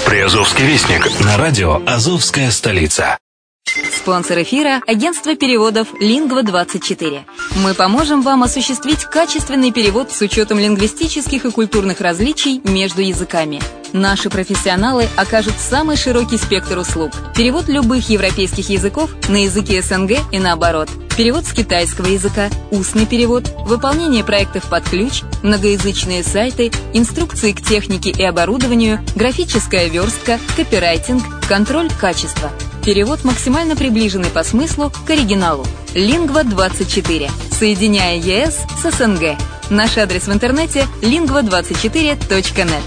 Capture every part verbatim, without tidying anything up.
Приазовский вестник на радио «Азовская столица». Спонсор эфира – агентство переводов лингва двадцать четыре. Мы поможем вам осуществить качественный перевод с учетом лингвистических и культурных различий между языками. Наши профессионалы окажут самый широкий спектр услуг. Перевод любых европейских языков на языки СНГ и наоборот. Перевод с китайского языка, устный перевод, выполнение проектов под ключ, многоязычные сайты, инструкции к технике и оборудованию, графическая верстка, копирайтинг, контроль качества. Перевод максимально приближенный по смыслу к оригиналу. лингва двадцать четыре. Соединяя ЕС с СНГ. Наш адрес в интернете лингва двадцать четыре точка нет.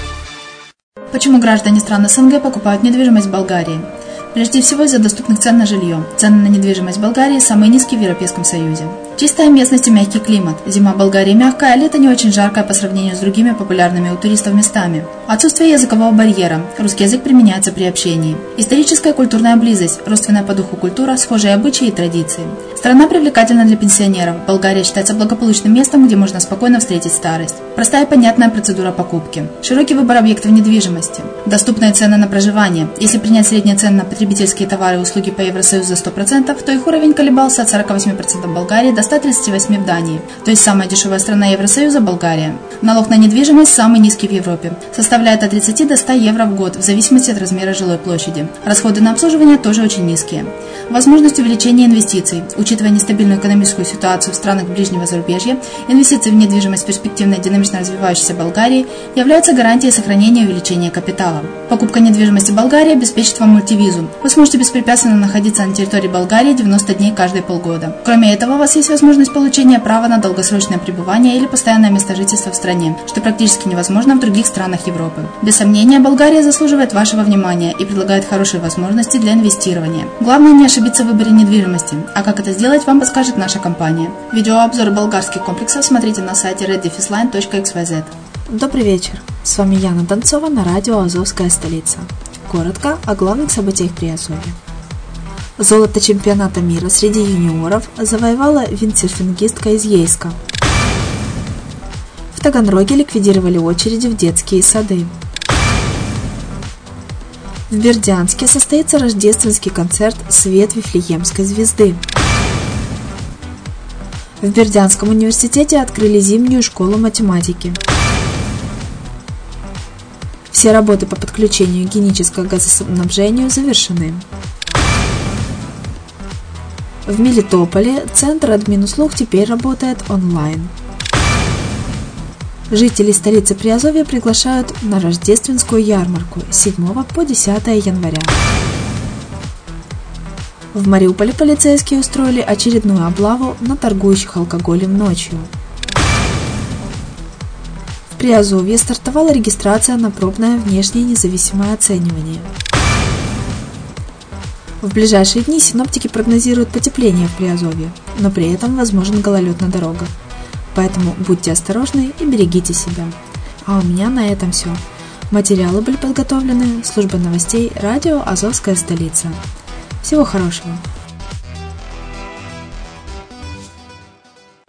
Почему граждане стран СНГ покупают недвижимость в Болгарии? Прежде всего из-за доступных цен на жилье. Цены на недвижимость в Болгарии самые низкие в Европейском Союзе. Чистая местность и мягкий климат. Зима в Болгарии мягкая, а лето не очень жаркое по сравнению с другими популярными у туристов местами. Отсутствие языкового барьера. Русский язык применяется при общении. Историческая и культурная близость. Родственная по духу культура, схожие обычаи и традиции. Страна привлекательна для пенсионеров. Болгария считается благополучным местом, где можно спокойно встретить старость. Простая и понятная процедура покупки. Широкий выбор объектов недвижимости. Доступные цены на проживание. Если принять средние цены на потребительские товары и услуги по Евросоюзу за сто процентов, то их уровень колебался от сорок восемь процентов в Болгарии до ста тридцати восьми процентов в Дании. То есть самая дешевая страна Евросоюза – Болгария. Налог на недвижимость самый низкий в Европе. Составляет от тридцати до ста евро в год, в зависимости от размера жилой площади. Расходы на обслуживание тоже очень низкие. Возможность увеличения инвестиций. Учитывая нестабильную экономическую ситуацию в странах ближнего зарубежья, инвестиции в недвижимость перспективной и динамично развивающейся Болгарии являются гарантией сохранения и увеличения капитала. Покупка недвижимости в Болгарии обеспечит вам мультивизу. Вы сможете беспрепятственно находиться на территории Болгарии девяносто дней каждые полгода. Кроме этого, у вас есть возможность получения права на долгосрочное пребывание или постоянное место жительства в стране, что практически невозможно в других странах Европы. Без сомнения, Болгария заслуживает вашего внимания и предлагает хорошие возможности для инвестирования. Главное не ошибиться в выборе недвижимости, а как это сделать, вам подскажет наша компания. Видеообзор болгарских комплексов смотрите на сайте red dash line точка икс уай зет. Добрый вечер, с вами Яна Донцова на радио «Азовская столица». Коротко о главных событиях Приазовья. Золото чемпионата мира среди юниоров завоевала виндсерфингистка из Ейска. В Таганроге ликвидировали очереди в детские сады. В Бердянске состоится рождественский концерт «Свет Вифлеемской звезды». В Бердянском университете открыли зимнюю школу математики. Все работы по подключению к геническому газоснабжению завершены. В Мелитополе центр админуслуг теперь работает онлайн. Жители столицы Приазовья приглашают на рождественскую ярмарку с седьмого по десятое января. В Мариуполе полицейские устроили очередную облаву на торгующих алкоголем ночью. В Приазовье стартовала регистрация на пробное внешнее независимое оценивание. В ближайшие дни синоптики прогнозируют потепление в Приазовье, но при этом возможен гололед на дорогах. Поэтому будьте осторожны и берегите себя. А у меня на этом все. Материалы были подготовлены службой новостей радио «Азовская столица». Всего хорошего!